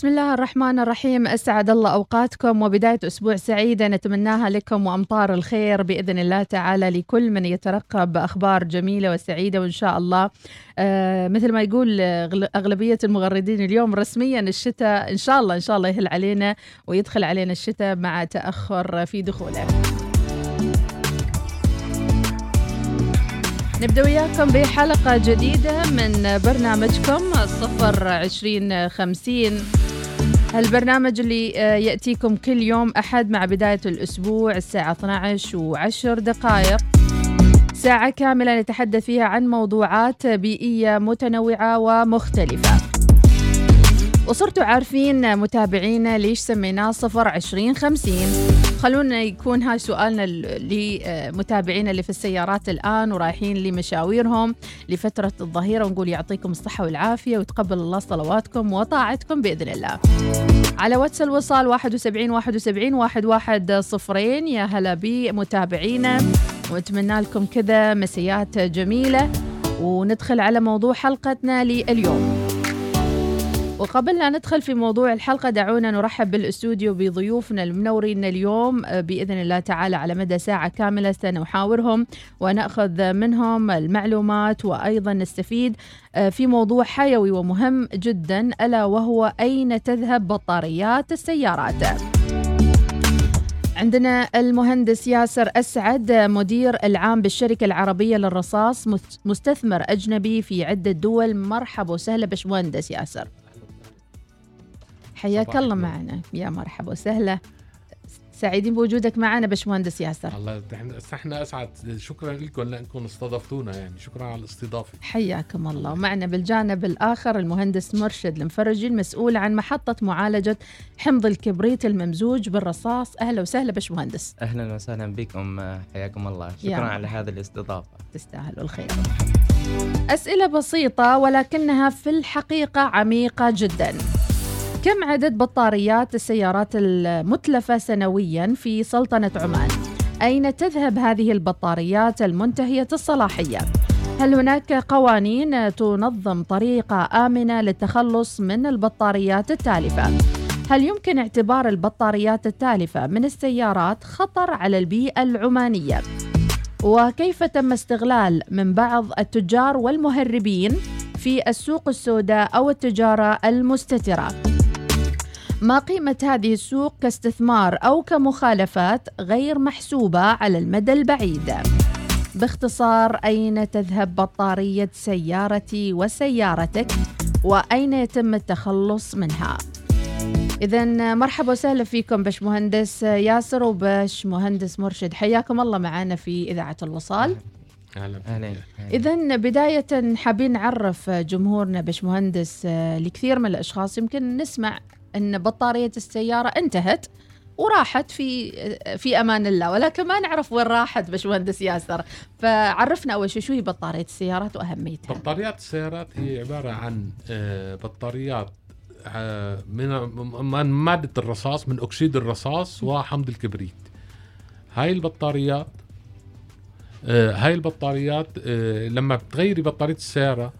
بسم الله الرحمن الرحيم. أسعد الله أوقاتكم وبداية أسبوع سعيدة نتمناها لكم وأمطار الخير بإذن الله تعالى لكل من يترقب أخبار جميلة وسعيدة. وإن شاء الله مثل ما يقول أغلبية المغردين اليوم رسميا الشتاء إن شاء الله يهل علينا ويدخل علينا الشتاء مع تأخر في دخوله. نبدأ وياكم بحلقة جديدة من برنامجكم 02050. هالبرنامج اللي يأتيكم كل يوم أحد مع بداية الأسبوع الساعة 12:10 ساعة كاملة نتحدث فيها عن موضوعات بيئية متنوعة ومختلفة. وصرتوا عارفين متابعينا ليش سميناه 02050. خلونا يكون هاي سؤالنا لمتابعينا اللي في السيارات الآن ورايحين لمشاويرهم لفترة الظهيرة، ونقول يعطيكم الصحة والعافية ويتقبل الله صلواتكم وطاعتكم بإذن الله. على واتس الوصال 71 71 110. يا هلا بمتابعينا ونتمنى لكم كذا مسيات جميلة، وندخل على موضوع حلقتنا لليوم. وقبل لا ندخل في موضوع الحلقة دعونا نرحب بالاستوديو بضيوفنا المنورين اليوم بإذن الله تعالى. على مدى ساعة كاملة سنحاورهم ونأخذ منهم المعلومات وأيضا نستفيد في موضوع حيوي ومهم جدا، ألا وهو أين تذهب بطاريات السيارات. عندنا المهندس ياسر أسعد مدير العام بالشركة العربية للرصاص، مستثمر أجنبي في عدة دول. مرحبا وسهلا باشمهندس ياسر، حياك الله معنا. يا مرحبا وسهلا، سعيدين بوجودك معنا باشمهندس ياسر. الله احنا اسعد، شكرا لكم لانكم استضفتونا، يعني شكرا على الاستضافه. حياكم الله. ومعنا بالجانب الاخر المهندس مرشد المفرجي المسؤول عن محطه معالجه حمض الكبريت الممزوج بالرصاص. اهلا وسهلا باشمهندس. اهلا وسهلا بكم، حياكم الله، شكرا على هذه الاستضافه. تستاهلوا الخير. اسئله بسيطه ولكنها في الحقيقه عميقه جدا. كم عدد بطاريات السيارات المتلفة سنوياً في سلطنة عمان؟ أين تذهب هذه البطاريات المنتهية الصلاحية؟ هل هناك قوانين تنظم طريقة آمنة للتخلص من البطاريات التالفة؟ هل يمكن اعتبار البطاريات التالفة من السيارات خطر على البيئة العمانية؟ وكيف تم استغلال من بعض التجار والمهربين في السوق السوداء أو التجارة المستترة؟ ما قيمة هذه السوق كاستثمار أو كمخالفات غير محسوبة على المدى البعيد؟ باختصار، أين تذهب بطارية سيارتي وسيارتك وأين يتم التخلص منها؟ إذن مرحبا وسهلا فيكم باشمهندس ياسر وباشمهندس مرشد، حياكم الله معنا في إذاعة الوصال. أهلا. إذن بداية حابين نعرف جمهورنا باشمهندس، لكثير من الأشخاص يمكن نسمع أن بطارية السيارة انتهت وراحت في أمان الله، ولكن ما نعرف وين راحت باشمهندس ياسر. فعرفنا أول شيء شو هي بطارية السيارات وأهميتها. بطاريات السيارات هي عبارة عن بطاريات من مادة الرصاص، من أكسيد الرصاص وحمض الكبريت. هاي البطاريات لما بتغيري بطارية السيارة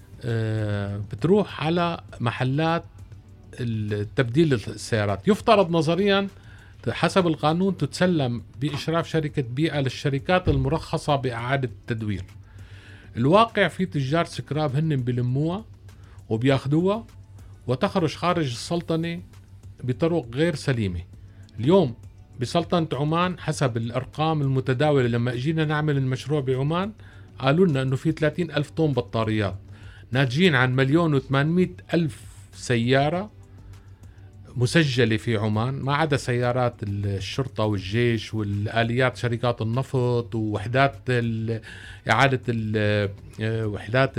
بتروح على محلات التبديل السيارات. يفترض نظريا حسب القانون تتسلم بإشراف شركة بيئة للشركات المرخصة بإعادة التدوير. الواقع في تجار سكراب هن بلموها وبياخدوها وتخرج خارج السلطنة بطرق غير سليمة. اليوم بسلطنة عمان حسب الأرقام المتداولة لما اجينا نعمل المشروع بعمان قالوا لنا أنه في 30,000 طن بطاريات ناتجين عن 1,800,000 سيارة مسجلة في عمان، ما عدا سيارات الشرطة والجيش والآليات شركات النفط ووحدات إعادة وحدات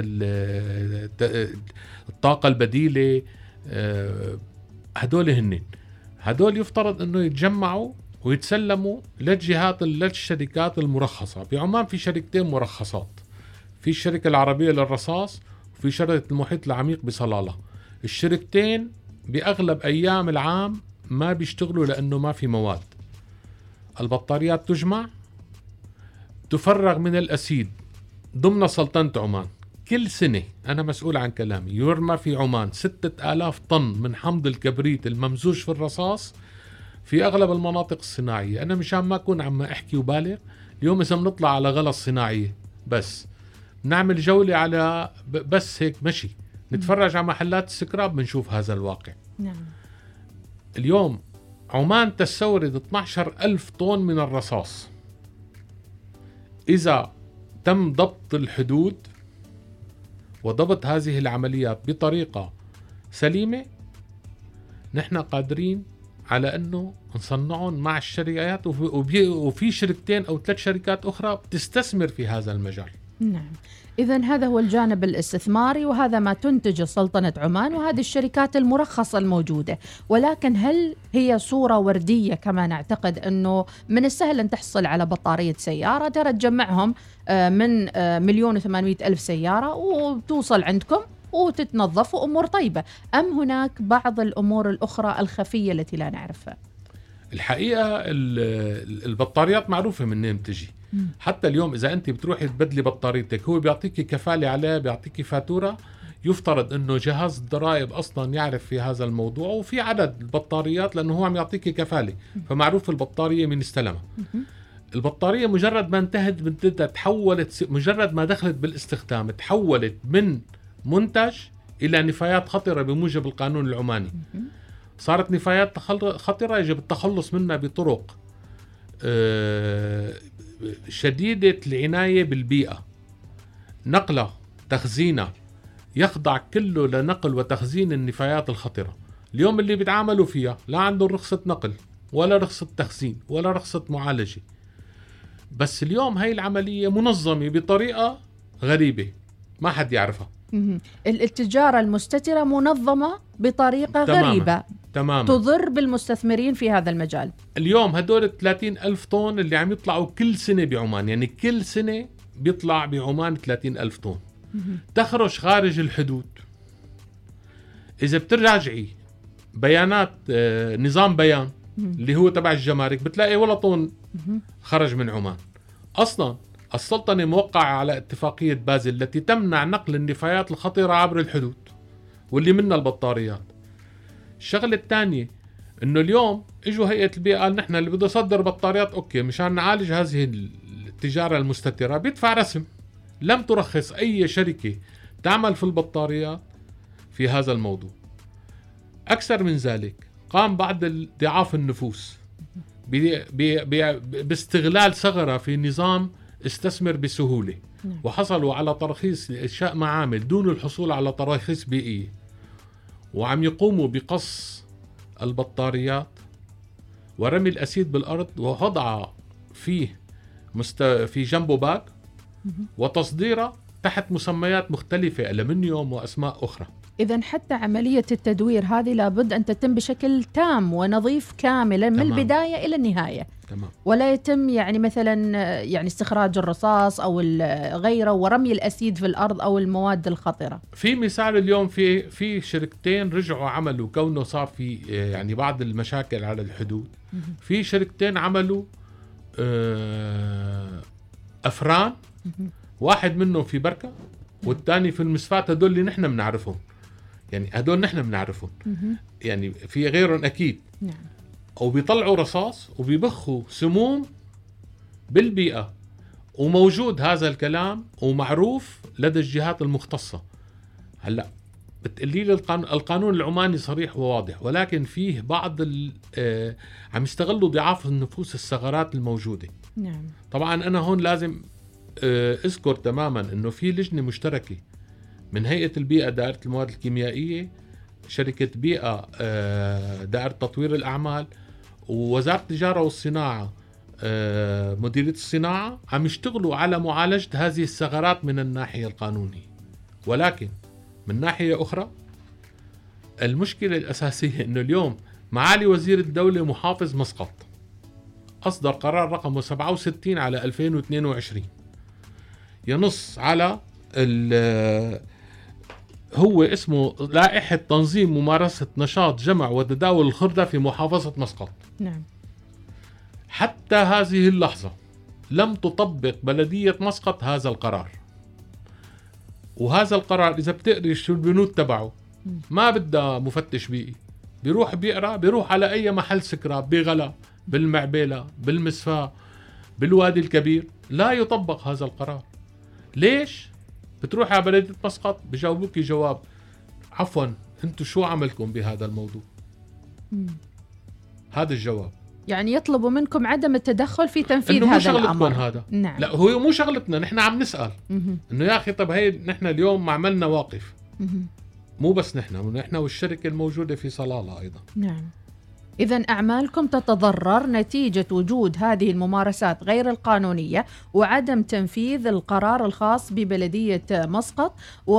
الطاقة البديلة. هدول يفترض أنه يتجمعوا ويتسلموا للشركات المرخصة. بعمان في شركتين مرخصات، في الشركة العربية للرصاص وفي شركة المحيط العميق بصلالة. الشركتين بأغلب أيام العام ما بيشتغلوا لأنه ما في مواد. البطاريات تجمع تفرغ من الأسيد ضمن سلطنة عمان. كل سنة أنا مسؤول عن كلامي يرمى في عمان 6000 طن من حمض الكبريت الممزوج في الرصاص في أغلب المناطق الصناعية. أنا مشان ما أكون عم أحكي وبالغ، اليوم إذا بنطلع على غلص صناعية بس نعمل جولة على بس هيك مشي نتفرج على محلات السكراب بنشوف هذا الواقع. نعم. اليوم عمان تستورد 12,000 طن من الرصاص. إذا تم ضبط الحدود وضبط هذه العمليات بطريقة سليمة نحن قادرين على أنه نصنعهم مع الشركات، وفي شركتين أو 3 شركات أخرى بتستثمر في هذا المجال. نعم. إذن هذا هو الجانب الاستثماري، وهذا ما تنتج سلطنة عمان وهذه الشركات المرخصة الموجودة. ولكن هل هي صورة وردية كما نعتقد أنه من السهل أن تحصل على بطارية سيارة ترى تجمعهم من 1,800,000 سيارة وتوصل عندكم وتتنظف وأمور طيبة، أم هناك بعض الأمور الأخرى الخفية التي لا نعرفها؟ الحقيقة البطاريات معروفة منين تجي. حتى اليوم إذا أنت بتروحي تبدلي بطاريتك هو بيعطيك كفالة عليه، بيعطيك فاتورة. يفترض أنه جهاز الضرائب أصلا يعرف في هذا الموضوع وفي عدد البطاريات لأنه هو عم يعطيك كفالة، فمعروف البطارية من استلمها. البطارية مجرد ما انتهت بدها تحولت، مجرد ما دخلت بالاستخدام تحولت من منتج إلى نفايات خطرة بموجب القانون العماني. صارت نفايات خطرة يجب التخلص منها بطرق شديدة العناية بالبيئة، نقلة، تخزينة، يخضع كله لنقل وتخزين النفايات الخطرة. اليوم اللي بيتعاملوا فيها لا عندهم رخصة نقل ولا رخصة تخزين ولا رخصة معالجة، بس اليوم هاي العملية منظمة بطريقة غريبة ما حد يعرفها. التجارة المستترة منظمة بطريقة غريبة تماما تضر بالمستثمرين في هذا المجال. اليوم هدول 30,000 طن اللي عم يطلعوا كل سنة بعمان، يعني كل سنة بيطلع بعمان 30,000 طن تخرج خارج الحدود. إذا بترجعي بيانات نظام بيان اللي هو تبع الجمارك بتلاقي ولا طن خرج من عمان. أصلا السلطنة موقعة على اتفاقية بازل التي تمنع نقل النفايات الخطيرة عبر الحدود واللي منها البطاريات. الشغلة الثانية انه اليوم اجوا هيئة البيئة قال نحن اللي بده يصدر بطاريات اوكي مشان نعالج هذه التجارة المستترة بيدفع رسم. لم ترخص اي شركة تعمل في البطاريات في هذا الموضوع. اكثر من ذلك قام بعض ضعاف النفوس باستغلال ثغرة في نظام استثمر بسهولة وحصلوا على ترخيص لإنشاء معامل دون الحصول على تراخيص بيئية، وعم يقوموا بقص البطاريات ورمي الأسيد بالأرض ووضعها فيه في جنبه باك وتصديرها تحت مسميات مختلفة ألمنيوم وأسماء أخرى. إذن حتى عملية التدوير هذه لابد أن تتم بشكل تام ونظيف كاملا من البداية إلى النهاية. تمام. ولا يتم يعني مثلا يعني استخراج الرصاص أو غيره ورمي الأسيد في الأرض أو المواد الخطرة. في مثال اليوم في شركتين رجعوا عملوا كونه صار في يعني بعض المشاكل على الحدود. في شركتين عملوا أفران، واحد منهم في بركة والثاني في المسفات. هدول اللي نحن بنعرفهم، يعني هدول نحن بنعرفهم، يعني في غيرهم أكيد. نعم. أو بيطلعوا رصاص وبيبخوا سموم بالبيئة، وموجود هذا الكلام ومعروف لدى الجهات المختصة. هلأ بتقلي لي القانون العماني صريح وواضح، ولكن فيه بعض عم يستغلوا ضعاف النفوس الثغرات الموجودة. نعم. طبعا أنا هون لازم اذكر تماما انه في لجنة مشتركة من هيئة البيئة دائرة المواد الكيميائية، شركة بيئة دائرة تطوير الأعمال، ووزارة التجارة والصناعة مديرية الصناعة عم يشتغلوا على معالجة هذه الثغرات من الناحية القانونية. ولكن من ناحية أخرى المشكلة الأساسية انه اليوم معالي وزير الدولة محافظ مسقط أصدر قرار رقم 67 على 2022 ينص على هو اسمه لائحة تنظيم ممارسة نشاط جمع وتداول الخردة في محافظة مسقط. نعم. حتى هذه اللحظة لم تطبق بلدية مسقط هذا القرار. وهذا القرار إذا بتقري شو البنود تبعه ما بدها مفتش بيئي، بيروح بيقرأ، بيروح على أي محل سكراب بغلا، بالمعبيلة، بالمسفاة، بالوادي الكبير، لا يطبق هذا القرار. ليش؟ بتروح على بلدية مسقط بجاوبوك جواب عفوا انتو شو عملكم بهذا الموضوع؟ هذا الجواب. يعني يطلبوا منكم عدم التدخل في تنفيذ هذا الأمر. هذا. نعم. لا هو مو شغلتنا، نحن عم نسأل انه يا اخي طب هي نحن اليوم عملنا واقف، مو بس نحن والشركة الموجودة في صلالة أيضا. نعم. إذن أعمالكم تتضرر نتيجة وجود هذه الممارسات غير القانونية وعدم تنفيذ القرار الخاص ببلدية مسقط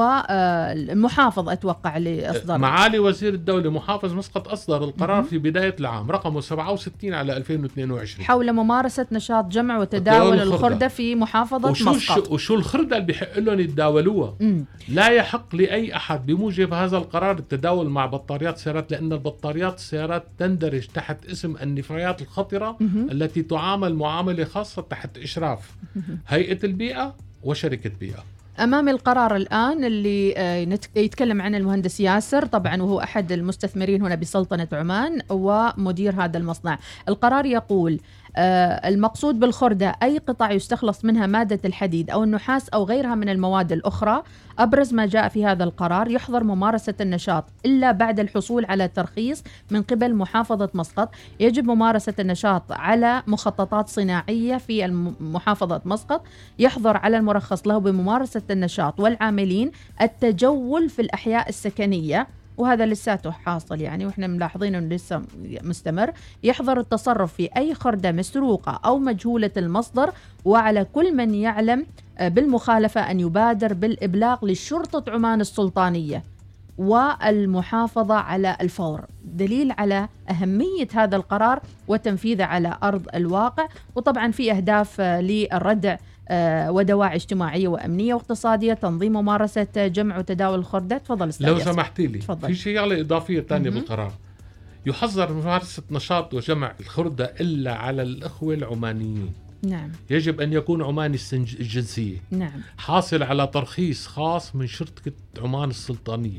والمحافظ أتوقع لإصدار. معالي وزير الدولة محافظ مسقط أصدر القرار في بداية العام رقمه 67 على 2022 حول ممارسة نشاط جمع وتداول الخردة في محافظة مسقط. وشو الخردة اللي بيحق لهم يتداولوها؟ لا يحق لأي أحد بموجب هذا القرار التداول مع بطاريات سيارات، لأن البطاريات السيارات تندرج تحت اسم النفايات الخطرة التي تعامل معاملة خاصة تحت إشراف هيئة البيئة وشركة بيئة. أمام القرار الآن اللي يتكلم عنه المهندس ياسر طبعا، وهو أحد المستثمرين هنا بسلطنة عمان ومدير هذا المصنع. القرار يقول المقصود بالخردة أي قطع يستخلص منها مادة الحديد أو النحاس أو غيرها من المواد الأخرى. أبرز ما جاء في هذا القرار: يحظر ممارسة النشاط إلا بعد الحصول على ترخيص من قبل محافظة مسقط. يجب ممارسة النشاط على مخططات صناعية في محافظة مسقط. يحظر على المرخص له بممارسة النشاط والعاملين التجول في الأحياء السكنية، وهذا لساته حاصل يعني وإحنا ملاحظين أنه لسه مستمر. يحظر التصرف في أي خردة مسروقة أو مجهولة المصدر، وعلى كل من يعلم بالمخالفة أن يبادر بالإبلاغ للشرطة عمان السلطانية والمحافظة على الفور. دليل على أهمية هذا القرار وتنفيذه على أرض الواقع. وطبعا في أهداف للردع ودواعي اجتماعية وأمنية واقتصادية، تنظيم ممارسة جمع وتداول الخردة. تفضل استاذ. لو سمحتي لي تفضل. في شيء إضافية تانية بالقرار: يحظر ممارسة نشاط وجمع الخردة إلا على الأخوة العمانيين. نعم. يجب أن يكون عماني الجنسية. نعم. حاصل على ترخيص خاص من شركة عمان السلطانية.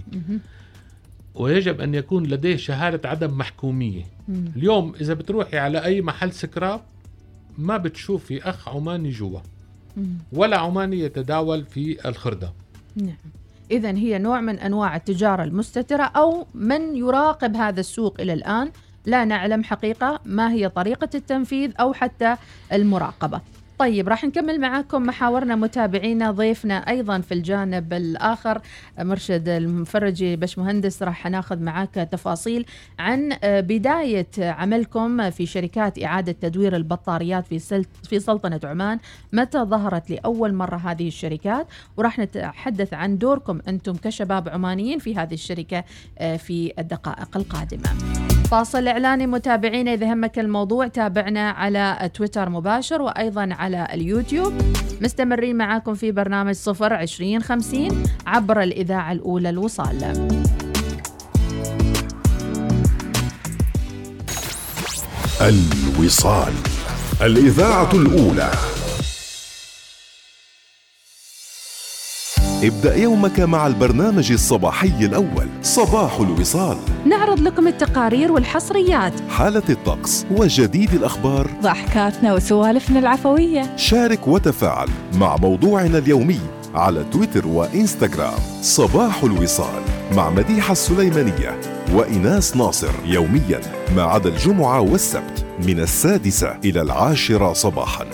ويجب أن يكون لديه شهادة عدم محكومية. اليوم إذا بتروحي على أي محل سكراب ما بتشوفي أخ عماني جوا ولا عماني يتداول في الخردة. نعم. إذن هي نوع من أنواع التجارة المستترة، أو من يراقب هذا السوق إلى الآن لا نعلم حقيقة ما هي طريقة التنفيذ أو حتى المراقبة. طيب راح نكمل معاكم محاورنا متابعينا. ضيفنا أيضا في الجانب الآخر مرشد المفرجي باشمهندس، راح ناخذ معاك تفاصيل عن بداية عملكم في شركات إعادة تدوير البطاريات في سلطنة عمان. متى ظهرت لأول مرة هذه الشركات؟ وراح نتحدث عن دوركم أنتم كشباب عمانيين في هذه الشركة في الدقائق القادمة. فاصل إعلاني متابعينا. إذا همك الموضوع تابعنا على تويتر مباشر وأيضا على اليوتيوب. مستمرين معاكم في برنامج 02050 عبر الإذاعة الأولى الوصال. الوصال، الإذاعة الأولى. ابدأ يومك مع البرنامج الصباحي الأول، صباح الوصال. نعرض لكم التقارير والحصريات، حالة الطقس وجديد الأخبار، ضحكاتنا وسوالفنا العفوية. شارك وتفاعل مع موضوعنا اليومي على تويتر وإنستغرام. صباح الوصال مع مديحة السليمانية وإناس ناصر، يوميا ما عدا الجمعة والسبت من 6 إلى 10 صباحا.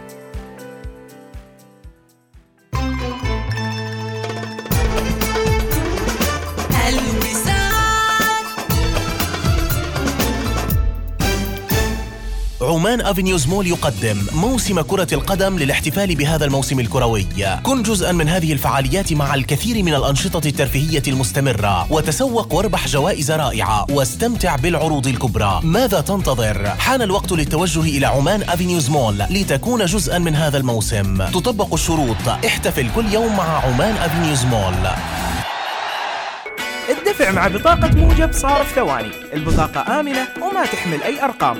عمان أفينيوز مول يقدم موسم كرة القدم للاحتفال بهذا الموسم الكروي. كن جزءا من هذه الفعاليات مع الكثير من الأنشطة الترفيهية المستمرة، وتسوق واربح جوائز رائعة واستمتع بالعروض الكبرى. ماذا تنتظر؟ حان الوقت للتوجه إلى عمان أفينيوز مول لتكون جزءا من هذا الموسم. تطبق الشروط. احتفل كل يوم مع عمان أفينيوز مول. الدفع مع بطاقة موجب صار في ثواني. البطاقة آمنة وما تحمل أي أرقام،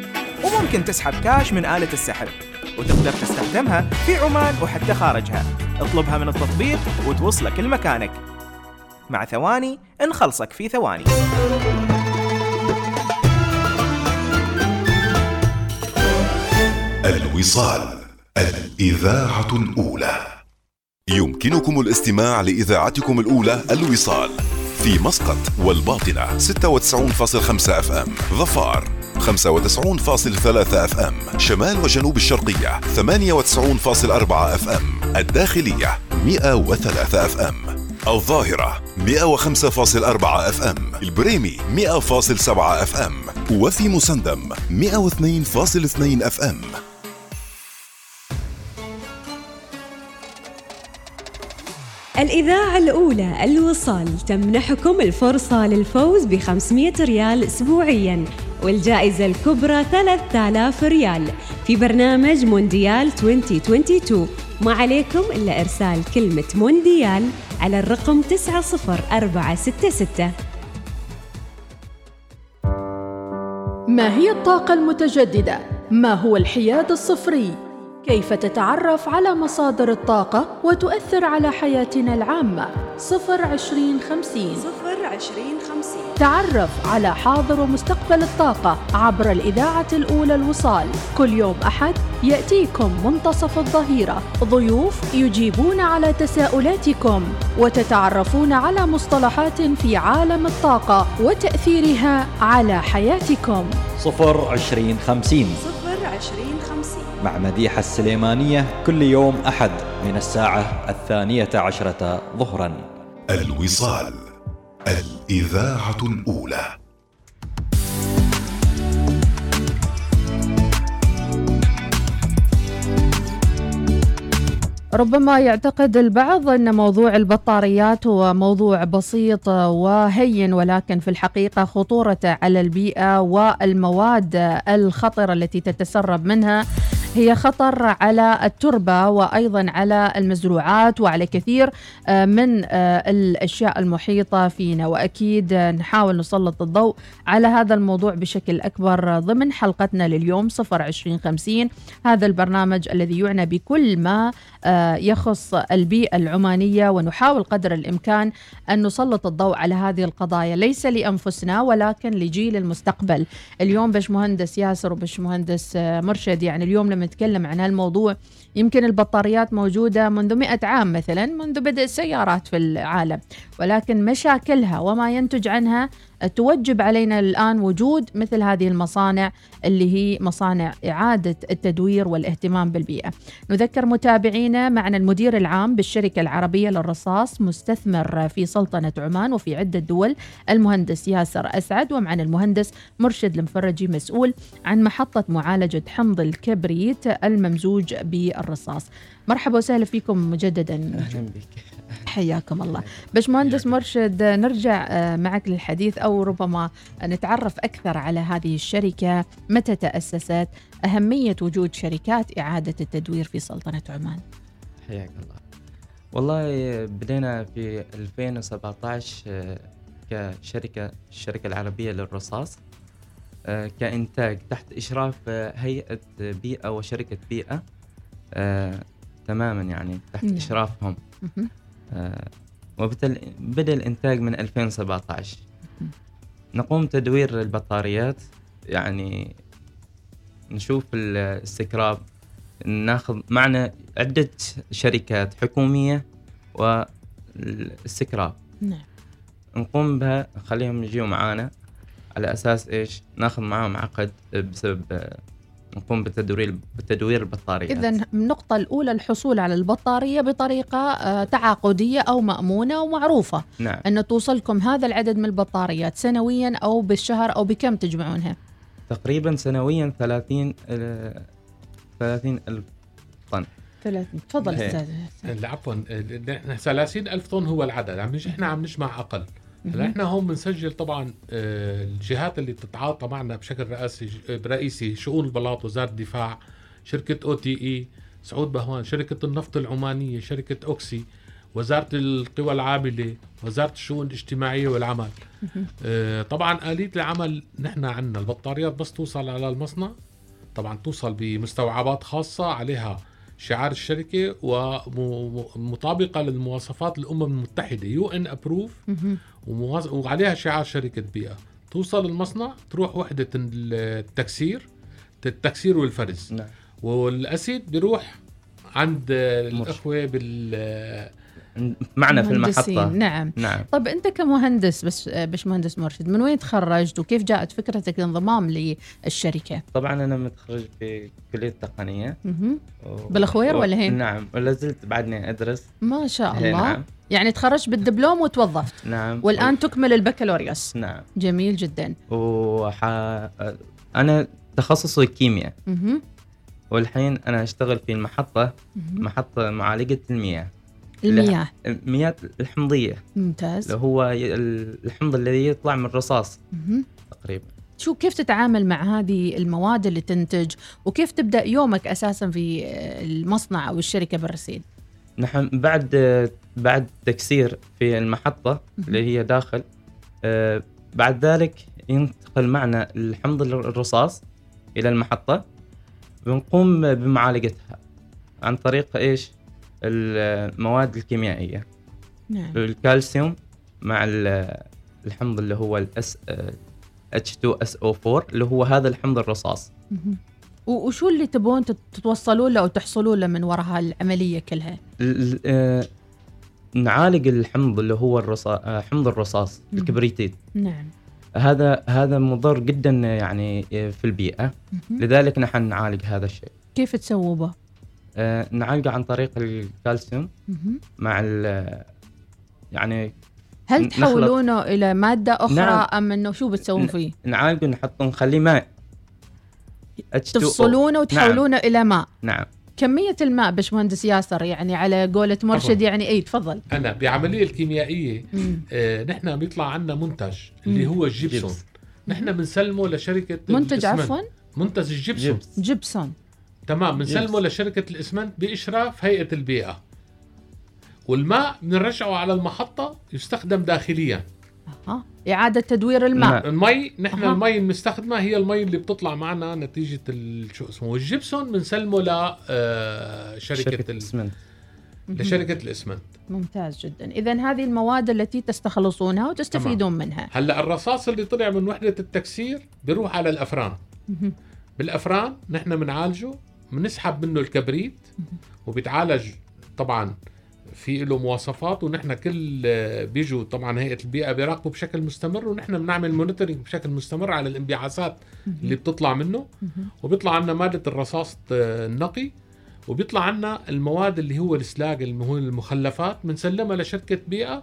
وممكن تسحب كاش من آلة السحب، وتقدر تستخدمها في عمان وحتى خارجها. اطلبها من التطبيق وتوصلك لمكانك. مع ثواني نخلصك في ثواني. الوصال، الإذاعة الأولى. يمكنكم الاستماع لإذاعتكم الأولى الوصال في مسقط والباطنة 96.5 FM، ظفار 95.3 FM، شمال وجنوب الشرقية 98.4 FM، الداخلية 103 FM، الظاهرة 105.4 FM، البريمي 100.7 FM، وفي مسندم 102.2 FM. الإذاعة الأولى الوصال تمنحكم الفرصة للفوز ب500 ريال أسبوعياً والجائزة الكبرى 3000 ريال في برنامج مونديال 2022. ما عليكم إلا إرسال كلمة مونديال على الرقم 90466. ما هي الطاقة المتجددة؟ ما هو الحياد الصفري؟ كيف تتعرف على مصادر الطاقة وتؤثر على حياتنا العامة؟ 02050. تعرف على حاضر ومستقبل الطاقة عبر الإذاعة الأولى الوصال. كل يوم أحد يأتيكم منتصف الظهيرة ضيوف يجيبون على تساؤلاتكم وتتعرفون على مصطلحات في عالم الطاقة وتأثيرها على حياتكم. 02050 مع مديحة السليمانية كل يوم أحد من الساعة 12 ظهرا. الوصال، الإذاعة الأولى. ربما يعتقد البعض أن موضوع البطاريات هو موضوع بسيط وهين، ولكن في الحقيقة خطورته على البيئة والمواد الخطرة التي تتسرب منها هي خطر على التربة وأيضا على المزروعات وعلى كثير من الأشياء المحيطة فينا، وأكيد نحاول نسلط الضوء على هذا الموضوع بشكل أكبر ضمن حلقتنا لليوم 02050. هذا البرنامج الذي يعنى بكل ما يخص البيئة العمانية، ونحاول قدر الإمكان أن نسلط الضوء على هذه القضايا ليس لأنفسنا ولكن لجيل المستقبل. اليوم باشمهندس ياسر وباشمهندس مرشد، يعني اليوم لما نتكلم عن هالموضوع يمكن البطاريات موجودة منذ 100 عام مثلا، منذ بدء السيارات في العالم، ولكن مشاكلها وما ينتج عنها توجب علينا الآن وجود مثل هذه المصانع اللي هي مصانع إعادة التدوير والاهتمام بالبيئة. نذكر متابعينا معنا المدير العام بالشركة العربية للرصاص، مستثمر في سلطنة عمان وفي عدة دول، المهندس ياسر أسعد، ومعنا المهندس مرشد المفرجي مسؤول عن محطة معالجة حمض الكبريت الممزوج بالرصاص. مرحبا وسهلا فيكم مجددا. أهلا بك. حياكم الله. باشمهندس مرشد، نرجع معك للحديث أو ربما نتعرف أكثر على هذه الشركة، متى تأسست، أهمية وجود شركات إعادة التدوير في سلطنة عمان. حياك الله. والله بدينا في 2017 الشركة العربية للرصاص كإنتاج تحت إشراف هيئة بيئة وشركة بيئة تماما، يعني تحت إشرافهم. وبدأ الإنتاج من 2017. نقوم تدوير البطاريات، يعني نشوف الاستكراب، ناخذ معنا عدة شركات حكومية والاستكراب. نعم. نقوم بها، نخليهم يجيوا معانا على أساس إيش؟ ناخذ معهم عقد بسبب نقوم بتدوير البطاريات. إذن النقطة الأولى الحصول على البطارية بطريقة تعاقدية أو مأمونة ومعروفة. نعم. أن توصلكم هذا العدد من البطاريات سنويا أو بالشهر أو بكم تجمعونها؟ تقريبا سنويا 30 ألف طن. 30. تفضل أستاذ. عفوا، 30,000 طن هو العدد. احنا عم نجمع أقل. احنا هون بنسجل طبعا الجهات اللي بتتعاطى معنا بشكل رئيسي شؤون البلاط، وزارة الدفاع، شركة OTE، سعود بهوان، شركة النفط العمانية، شركة أوكسي، وزارة القوى العاملة، وزارة الشؤون الاجتماعية والعمل. طبعا آلية العمل، نحن عندنا البطاريات بس توصل على المصنع طبعا توصل بمستوعبات خاصة عليها شعار الشركة ومطابقة للمواصفات الأمم المتحدة UN Approve وعليها شعار شركة بيئة. توصل المصنع تروح وحدة التكسير والفرز. نعم. والأسيد بيروح عند الأخوة معنا في المحطة. نعم. طب أنت كمهندس باش مهندس مرشد، من وين تخرجت وكيف جاءت فكرتك الانضمام للشركة؟ طبعا أنا متخرج في كلية التقنية بالخوير ولا هين؟ نعم، ولا زلت بعدني أدرس. ما شاء الله. نعم. يعني تخرجت بالدبلوم وتوظفت. نعم. والآن تكمل البكالوريوس. نعم. جميل جدا. أنا تخصصي كيمياء. والحين أنا أشتغل في محطة معالجة المياه الحمضية. ممتاز. اللي هو الحمض الذي يطلع من الرصاص تقريبا. كيف تتعامل مع هذه المواد اللي تنتج وكيف تبدأ يومك أساسا في المصنع أو الشركة بالرصيد؟ نحن بعد تكسير في المحطة اللي هي داخل، بعد ذلك ينتقل معنا الحمض الرصاص إلى المحطة، بنقوم بمعالجتها عن طريق إيش؟ المواد الكيميائية. نعم. الكالسيوم مع الحمض اللي هو H2SO4 اللي هو هذا الحمض الرصاص. وشو اللي تبون تتوصلوا له أو تحصلوا له من وراء هالعملية كلها؟ نعالج الحمض اللي هو حمض الرصاص الكبريتيت. نعم. هذا مضر جدا يعني في البيئة. لذلك نحن نعالج هذا الشيء. كيف تسووا به؟ نعالجه عن طريق الكالسيوم مع يعني هل تحولونه إلى مادة أخرى؟ نعم. أم إنه شو بتسوون فيه؟ نعالجه نخليه ماء تفصلونه وتحولونه. نعم. إلى ماء. نعم. كمية الماء باشمهندس ياسر يعني على قولة مرشد يعني أي تفضل. أنا بعملية الكيميائية نحن بيطلع عنا منتج اللي هو الجيبسون. نحن بنسلمه لشركة منتج عفوا منتج الجيبسون. تمام. بنسلمه لشركة الإسمنت بإشراف هيئة البيئة. والماء بنرجعه على المحطة يستخدم داخليا. إعادة تدوير الماء. المي نحن المي المستخدمة هي المي اللي بتطلع معنا نتيجة شو اسمه. والجيبسون بنسلمه لشركة الإسمنت. لشركة الإسمنت. ممتاز جدا. إذن هذه المواد التي تستخلصونها وتستفيدون منها. هلا الرصاص اللي طلع من وحدة التكسير بيروح على الأفران. بالأفران نحن بنعالجه، بنسحب منه الكبريت وبيتعالج طبعا في له مواصفات، ونحن كل بيجوا طبعا هيئة البيئة بيراقبوا بشكل مستمر، ونحن بنعمل مونيتورينج بشكل مستمر على الانبعاثات اللي بتطلع منه. وبيطلع عنا مادة الرصاص النقي، وبيطلع عنا المواد اللي هو السلاج المخلفات بنسلمها لشركة بيئة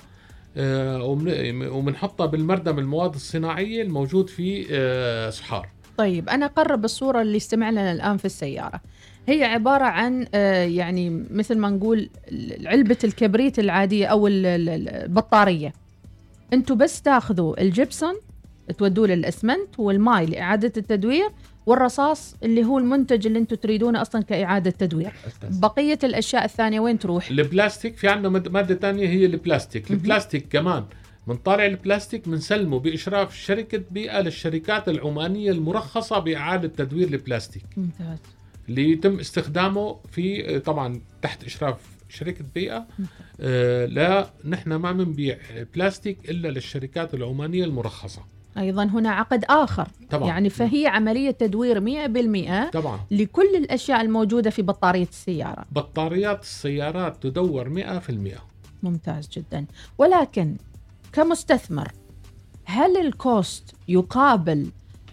وبنحطها بالمردم المواد الصناعية الموجود في صحار. طيب أنا أقرب الصورة اللي استمع لنا الآن في السيارة. هي عبارة عن يعني مثل ما نقول علبة الكبريت العادية أو البطارية. أنتوا بس تاخذوا الجبسون تودوه للأسمنت والماء لإعادة التدوير، والرصاص اللي هو المنتج اللي أنتوا تريدونه أصلا كإعادة تدوير. بقية الأشياء الثانية وين تروح؟ البلاستيك في عندنا مادة تانية هي البلاستيك. البلاستيك كمان من طالع البلاستيك منسلمه بإشراف شركة بيئة للشركات العمانية المرخصة بإعادة تدوير البلاستيك. ممتاز. اللي يتم استخدامه في طبعا تحت إشراف شركة بيئة. لا نحن ما بنبيع بلاستيك إلا للشركات العمانية المرخصة. أيضا هنا عقد آخر طبعا. يعني فهي عملية تدوير 100% طبعا لكل الأشياء الموجودة في بطارية السيارة. بطاريات السيارات تدور 100%. ممتاز جدا. ولكن كمستثمر هل الكوست يقابل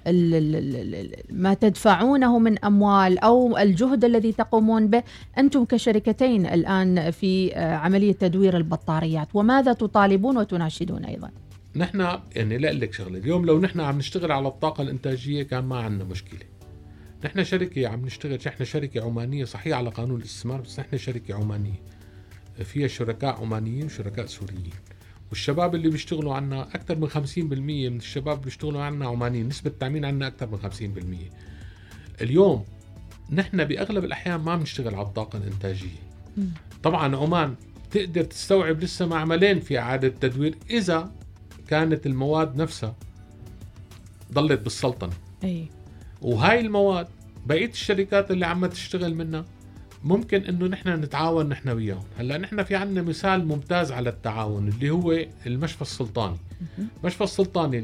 ما تدفعونه من أموال أو الجهد الذي تقومون به أنتم كشركتين الآن في عملية تدوير البطاريات؟ وماذا تطالبون وتناشدون أيضا؟ نحن يعني لا لك شغله، اليوم لو نحن عم نشتغل على الطاقة الإنتاجية كان ما عندنا مشكلة. نحن شركة عم نشتغل، نحن شركة عمانية صحيح على قانون الاستثمار، بس نحن شركة عمانية فيها شركاء عمانيين وشركاء سوريين. والشباب اللي بيشتغلوا عنا أكثر من 50% من الشباب اللي بيشتغلوا عنا عمانيين، نسبة التأمين عنا أكثر من 50%. اليوم نحن بأغلب الأحيان ما بنشتغل على الطاقة الإنتاجية. طبعا عمان تقدر تستوعب لسه معملين في إعادة تدوير إذا كانت المواد نفسها ضلت بالسلطنة. أي. وهاي المواد بقية الشركات اللي عم تشتغل منها ممكن انه نحن نتعاون نحن وياهم. هلا نحن في عندنا مثال ممتاز على التعاون اللي هو المشفى السلطاني. المشفى السلطاني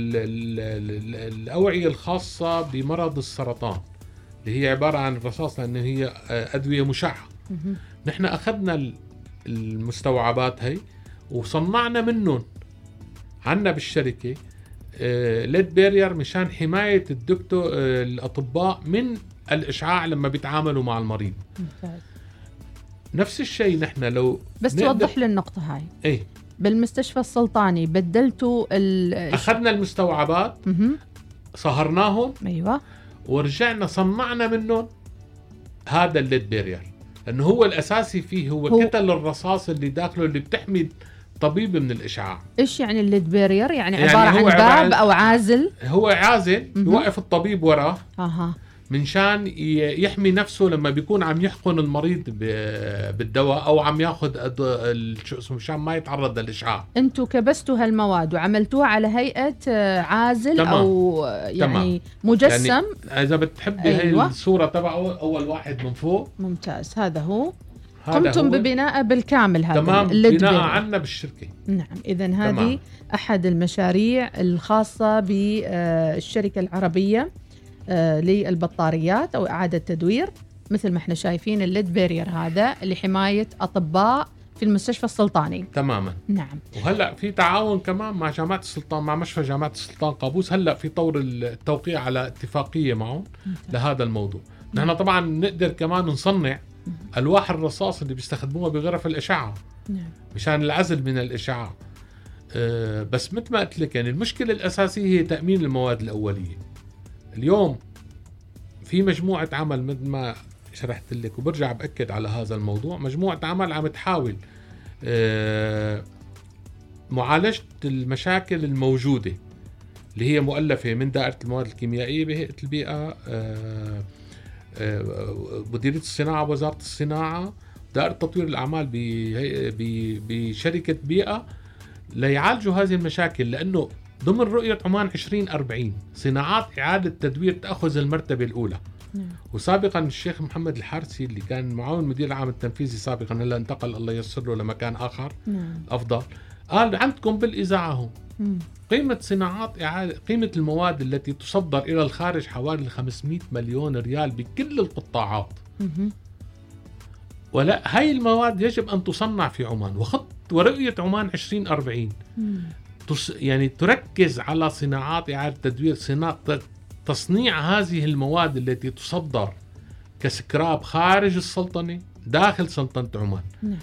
الأوعية الخاصة بمرض السرطان اللي هي عبارة عن الرصاص، لأن هي أدوية مشعة. نحن أخذنا المستوعبات هي وصنعنا منهم عنا بالشركة ليد بارير مشان حماية الدكتور الأطباء من الإشعاع لما بيتعاملوا مع المريض. نفس الشيء نحن لو بس توضح لي النقطة هاي. ايه بالمستشفى السلطاني بدلتوا أخذنا المستوعبات صهرناهم، أيوة، ورجعنا صنعنا منهم هذا الليد بارير، لأنه هو الأساسي فيه هو كتل الرصاص اللي داخله اللي بتحمي طبيب من الإشعاع. إيش يعني الليد بارير؟ يعني عبارة عن باب أو عازل؟ هو عازل يوقف الطبيب وراه من شان يحمي نفسه لما بيكون عم يحقن المريض بالدواء أو عم ياخد مشان ما يتعرض للإشعاع. أنتوا كبستوا هالمواد وعملتوها على هيئة عازل تمام. أو يعني تمام. مجسم، يعني إذا بتحبي أيوة. هاي الصورة تبعه أول واحد من فوق. ممتاز، هذا هو. قمتم ببناء بالكامل هذا تمام، بناء عنا بالشركة. نعم، إذن هذه أحد المشاريع الخاصة بالشركة العربية للبطاريات أو إعادة تدوير، مثل ما احنا شايفين الليد بارير هذا لحماية أطباء في المستشفى السلطاني. تماما. نعم. وهلأ في تعاون كمان مع جامعة السلطان، مع مشفى جامعة السلطان قابوس، هلأ في طور التوقيع على اتفاقية معهم لهذا الموضوع. نحن طبعا نقدر كمان نصنع ألواح الرصاص اللي بيستخدموها بغرف الإشعاع مشان العزل من الإشعاع. بس مثل ما قلت لك يعني المشكلة الأساسية هي تأمين المواد الأولية. اليوم في مجموعة عمل مثل ما شرحت لك، وبرجع بأكد على هذا الموضوع، مجموعة عمل عم تحاول معالجة المشاكل الموجودة اللي هي مؤلفة من دائرة المواد الكيميائية بهيئة البيئة، مديرية الصناعة وزارة الصناعة، دائرة تطوير الأعمال بشركة بيئة، ليعالجوا هذه المشاكل. لأنه ضمن رؤية عمان 2040 صناعات إعادة تدوير تأخذ المرتبة الأولى. وسابقا الشيخ محمد الحارسي اللي كان معاون مدير العام التنفيذي سابقا، هلا انتقل الله ييسر له لمكان آخر أفضل، قال عندكم بالإذاعة قيمة صناعات إعادة، قيمة المواد التي تصدر إلى الخارج حوالي 500 مليون ريال بكل القطاعات. ولا هاي المواد يجب أن تصنع في عمان. وخط ورؤية عمان 2040 يعني تركز على صناعات إعادة تدوير، تصنيع هذه المواد التي تصدر كسكراب خارج السلطنة داخل سلطنة عمان.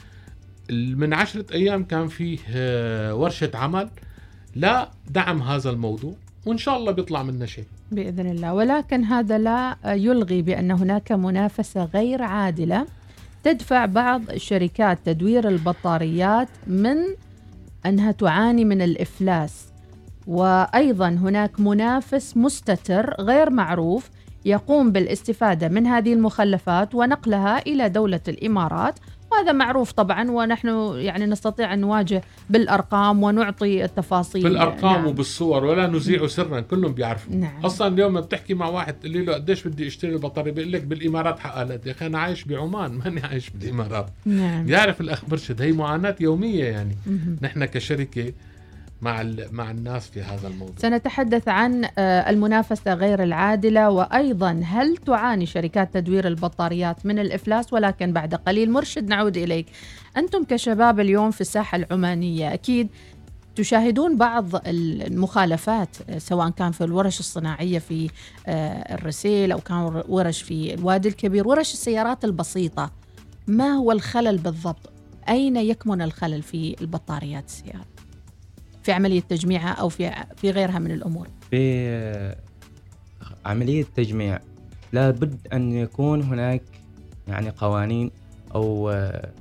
من 10 أيام كان فيه ورشة عمل لا دعم هذا الموضوع، وإن شاء الله بيطلع منه شيء بإذن الله. ولكن هذا لا يلغي بأن هناك منافسة غير عادلة تدفع بعض شركات تدوير البطاريات من أنها تعاني من الإفلاس، وأيضا هناك منافس مستتر غير معروف يقوم بالاستفادة من هذه المخلفات ونقلها إلى دولة الإمارات، وهذا معروف طبعا، ونحن يعني نستطيع أن نواجه بالأرقام ونعطي التفاصيل بالأرقام نعم. وبالصور، ولا نذيع سرا، كلهم بيعرفوا. نعم. أصلا اليوم ما بتحكي مع واحد تقول له قديش بدي اشتري البطارية، بيقول لك بالإمارات حقلت. يا أخي أنا عايش بعمان، ماني عايش بالإمارات. نعم. بيعرف الأخ مرشد، هي معاناة يومية يعني. نحن كشركة مع الناس في هذا الموضوع. سنتحدث عن المنافسة غير العادلة، وأيضا هل تعاني شركات تدوير البطاريات من الإفلاس، ولكن بعد قليل. مرشد نعود إليك. أنتم كشباب اليوم في الساحة العمانية أكيد تشاهدون بعض المخالفات، سواء كان في الورش الصناعية في الرسيل أو كان ورش في الوادي الكبير، ورش السيارات البسيطة. ما هو الخلل بالضبط؟ أين يكمن الخلل في البطاريات السيارة في عملية تجميعها أو في غيرها من الأمور؟ في عملية تجميع لابد أن يكون هناك يعني قوانين أو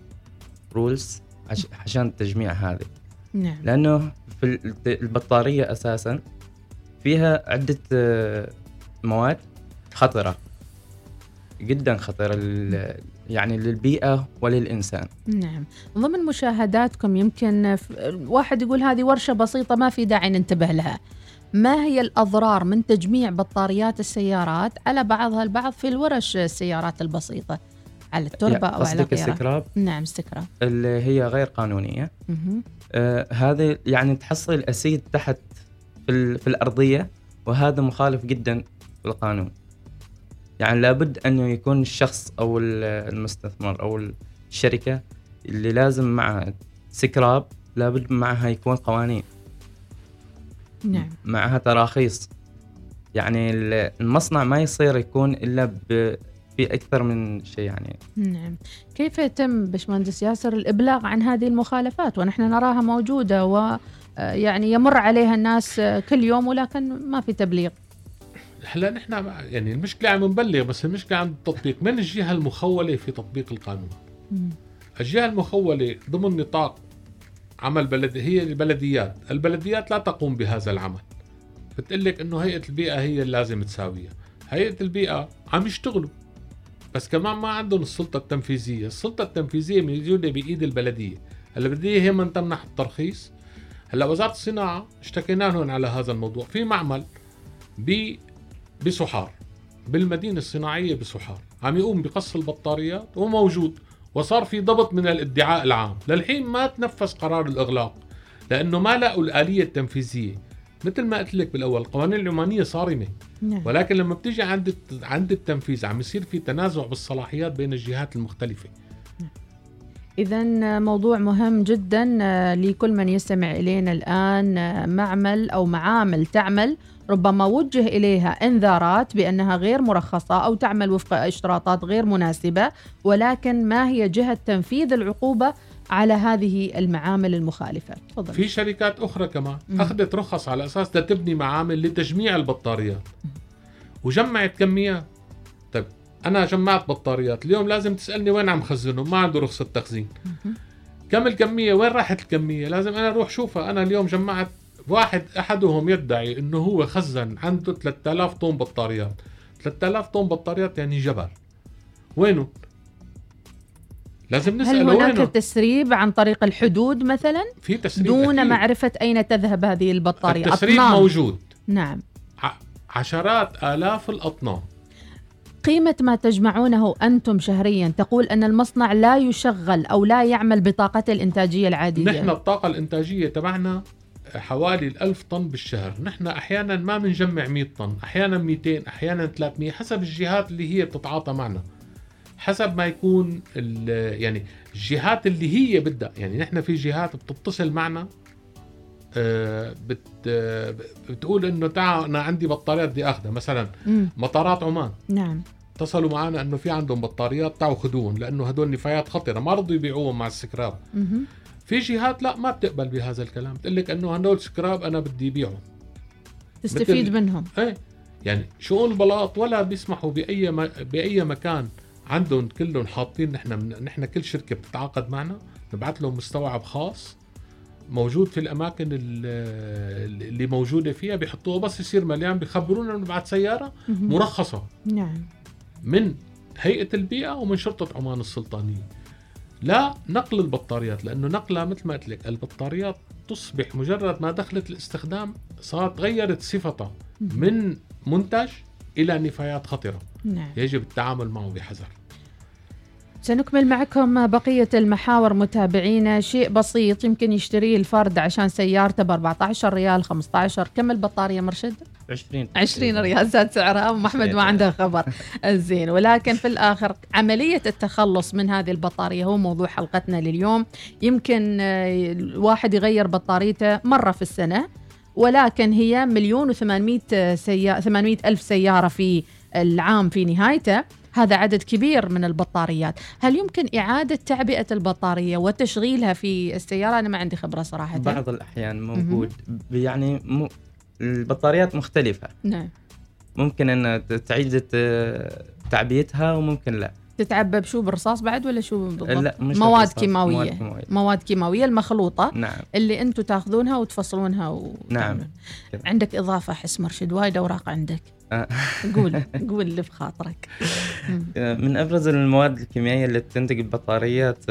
رولز عشان تجميع هذه. نعم. لأنه في البطارية أساسا فيها عدة مواد خطرة جدا، خطرة يعني للبيئة وللإنسان. نعم. ضمن مشاهداتكم يمكن واحد يقول هذه ورشة بسيطة ما في داعي ننتبه لها. ما هي الأضرار من تجميع بطاريات السيارات على بعضها البعض في الورش السيارات البسيطة؟ على التربة أو على قصدك غيرها؟ السكراب؟ نعم السكراب اللي هي غير قانونية. هذا يعني تحصل الأسيد تحت في الأرضية، وهذا مخالف جدا بالقانون. يعني لابد أنه يكون الشخص أو المستثمر أو الشركة اللي لازم معها سكراب لابد معها يكون قوانين، نعم، معها تراخيص. يعني المصنع ما يصير يكون إلا في أكثر من شيء يعني. نعم. كيف يتم باشمهندس ياسر الإبلاغ عن هذه المخالفات ونحن نراها موجودة ويعني يمر عليها الناس كل يوم ولكن ما في تبليغ؟ هلا نحن يعني المشكلة عم نبلغ، بس المشكلة عند التطبيق. من الجهة المخولة في تطبيق القانون؟ الجهة المخولة ضمن نطاق عمل بلدي هي البلديات. البلديات لا تقوم بهذا العمل، بتقول لك انه هيئة البيئة هي اللي لازم تساويها. هيئة البيئة عم يشتغلوا بس كمان ما عندهم السلطة التنفيذية. السلطة التنفيذية موجودة بإيد البلدية. البلدية هي من تمنح الترخيص. هلا وزارة الصناعة اشتكينا لهم على هذا الموضوع. في معمل بسحار، بالمدينة الصناعية بسحار، عم يقوم بقص البطاريات وموجود، وصار في ضبط من الادعاء العام. للحين ما تنفذ قرار الإغلاق لأنه ما لقوا الآلية التنفيذية. مثل ما قلت لك بالأول، القوانين العمانية صارمة، ولكن لما بتيجي عند التنفيذ عم يصير في تنازع بالصلاحيات بين الجهات المختلفة. إذن موضوع مهم جدا لكل من يستمع إلينا الآن. معمل أو معامل تعمل ربما وجه إليها إنذارات بأنها غير مرخصة أو تعمل وفق اشتراطات غير مناسبة، ولكن ما هي جهة تنفيذ العقوبة على هذه المعامل المخالفة؟ تفضل. في شركات أخرى كمان أخذت رخص على أساس تبني معامل لتجميع البطاريات وجمعت كميات. طيب أنا جمعت بطاريات، اليوم لازم تسألني وين عم خزنهم، ما عنده رخصة تخزين. كم الكمية، وين راحت الكمية، لازم أنا أروح شوفها. أنا اليوم جمعت أحدهم يدعي إنه هو خزن عنده 3000 طن بطاريات. 3000 طن بطاريات يعني جبل، وينه؟ لازم نسأله هل هناك وينه؟ تسريب عن طريق الحدود مثلا؟ في تسريب دون أكيد. معرفة أين تذهب هذه البطارية. التسريب أطنان. موجود. نعم. عشرات آلاف الأطنان. قيمة ما تجمعونه أنتم شهريا تقول أن المصنع لا يشغل أو لا يعمل بطاقته الإنتاجية العادية. نحن الطاقة الإنتاجية تبعنا حوالي 1000 طن بالشهر. نحن أحيانا ما بنجمع 100 طن، أحيانا 200، أحيانا 300، حسب الجهات اللي هي بتتعاطى معنا، حسب ما يكون يعني الجهات اللي هي بدها. يعني نحن في جهات بتتصل معنا بتقول إنه تعال أنا عندي بطاريات بدي أخذها، مثلا مطارات عمان. نعم. اتصلوا معنا انه في عندهم بطاريات تعالوا خذوهم لانه هدول نفايات خطره، ما رضوا يبيعوهم مع السكراب. في جهات لا ما بتقبل بهذا الكلام، بتقول لك انه هدول سكراب انا بدي بيعهم، تستفيد منهم. ايه يعني شؤون البلاط ولا بيسمحوا باي مكان عندهم، كلهم حاطين. نحن كل شركه بتتعاقد معنا نبعث لهم مستوعب خاص موجود في الاماكن اللي موجوده فيها، بيحطوه بس يصير مليان بيخبرونا نبعث سياره مرخصه. نعم. من هيئة البيئة ومن شرطة عمان السلطانية. لا نقل البطاريات، لأنه نقلها مثل ما قلت لك البطاريات تصبح مجرد ما دخلت الاستخدام صارت غيرت صفتها من منتج إلى نفايات خطرة. نعم. يجب التعامل معه بحذر. سنكمل معكم بقية المحاور متابعينا. شيء بسيط يمكن يشتريه الفرد عشان سيارته ب14 ريال 15. كم البطارية مرشد؟ 20 ريال زاد سعرها، ومحمد ما عنده خبر. الزين، ولكن في الآخر عملية التخلص من هذه البطارية هو موضوع حلقتنا لليوم. يمكن الواحد يغير بطاريته مرة في السنة، ولكن هي 1,800,000 سيارة في العام في نهايته. هذا عدد كبير من البطاريات. هل يمكن إعادة تعبئة البطارية وتشغيلها في السيارة؟ أنا ما عندي خبرة صراحة. بعض الأحيان موجود يعني البطاريات مختلفة. نعم. ممكن أن تعيد تعبئتها وممكن لا. تتعبى بشو، بالرصاص بعد ولا شو بالضبط؟ لا، مواد كيماوية. مواد كيماوية المخلوطة. نعم. اللي أنتوا تاخذونها وتفصلونها نعم. عندك إضافة حس مرشد، وايد أوراق عندك. قول اللي بخاطرك. من أبرز المواد الكيميائية اللي تنتج البطاريات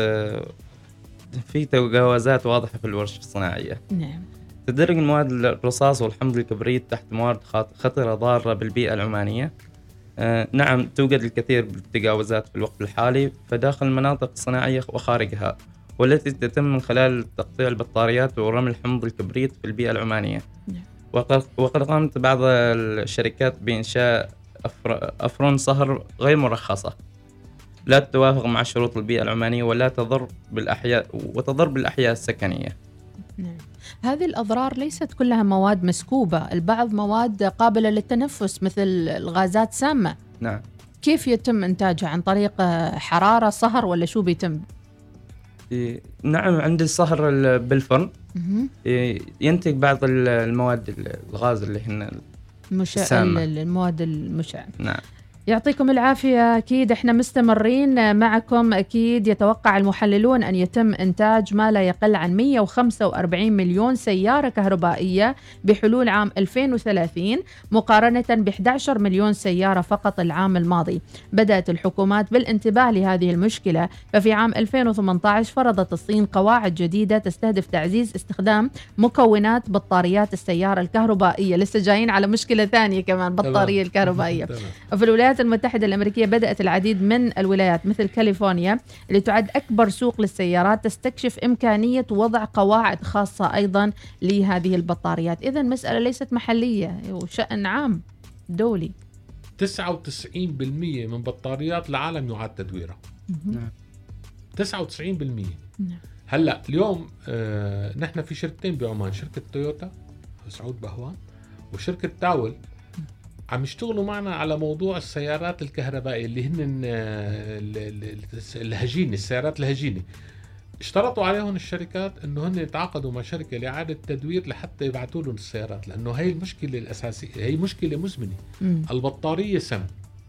في تجاوزات واضحة في الورشة الصناعية. نعم. تدرج المواد الرصاص والحمض الكبريت تحت مواد خطرة ضارة بالبيئة العمانية. نعم، توجد الكثير من التجاوزات في الوقت الحالي فداخل المناطق الصناعية وخارجها، والتي تتم من خلال تقطيع البطاريات ورمي حمض الكبريت في البيئة العمانية. وقد قامت بعض الشركات بإنشاء أفران صهر غير مرخصة لا تتوافق مع شروط البيئة العمانية ولا تضر بالأحياء السكنية. هذه الأضرار ليست كلها مواد مسكوبة، البعض مواد قابلة للتنفس مثل الغازات سامة. نعم. كيف يتم إنتاجها؟ عن طريق حرارة صهر ولا شو بيتم؟ نعم، عند الصهر بالفرن ينتج بعض المواد الغاز اللي هن المواد المشعة. نعم. يعطيكم العافية. أكيد إحنا مستمرين معكم. أكيد يتوقع المحللون أن يتم إنتاج ما لا يقل عن 145 مليون سيارة كهربائية بحلول عام 2030 مقارنة ب 11 مليون سيارة فقط العام الماضي. بدأت الحكومات بالانتباه لهذه المشكلة، ففي عام 2018 فرضت الصين قواعد جديدة تستهدف تعزيز استخدام مكونات بطاريات السيارة الكهربائية. لسه جايين على مشكلة ثانية كمان، بطارية الكهربائية. في الولايات المتحدة الأمريكية بدأت العديد من الولايات مثل كاليفورنيا اللي تعد أكبر سوق للسيارات تستكشف إمكانية وضع قواعد خاصة أيضا لهذه البطاريات. إذن مسألة ليست محلية وشأن عام دولي. 99% من بطاريات العالم يعاد تدويرها. 99%. هلأ اليوم نحن في شركتين بعمان، شركة تويوتا سعود بهوان وشركة تاول، عم يشتغلوا معنا على موضوع السيارات الكهربائية اللي هن الهجينة، السيارات الهجينة. اشترطوا عليهم الشركات انه هن يتعاقدوا مع شركة لإعادة تدوير لحتى يبعثوا لهم السيارات، لانه هي المشكلة الاساسية، هي مشكلة مزمنة. البطارية سم.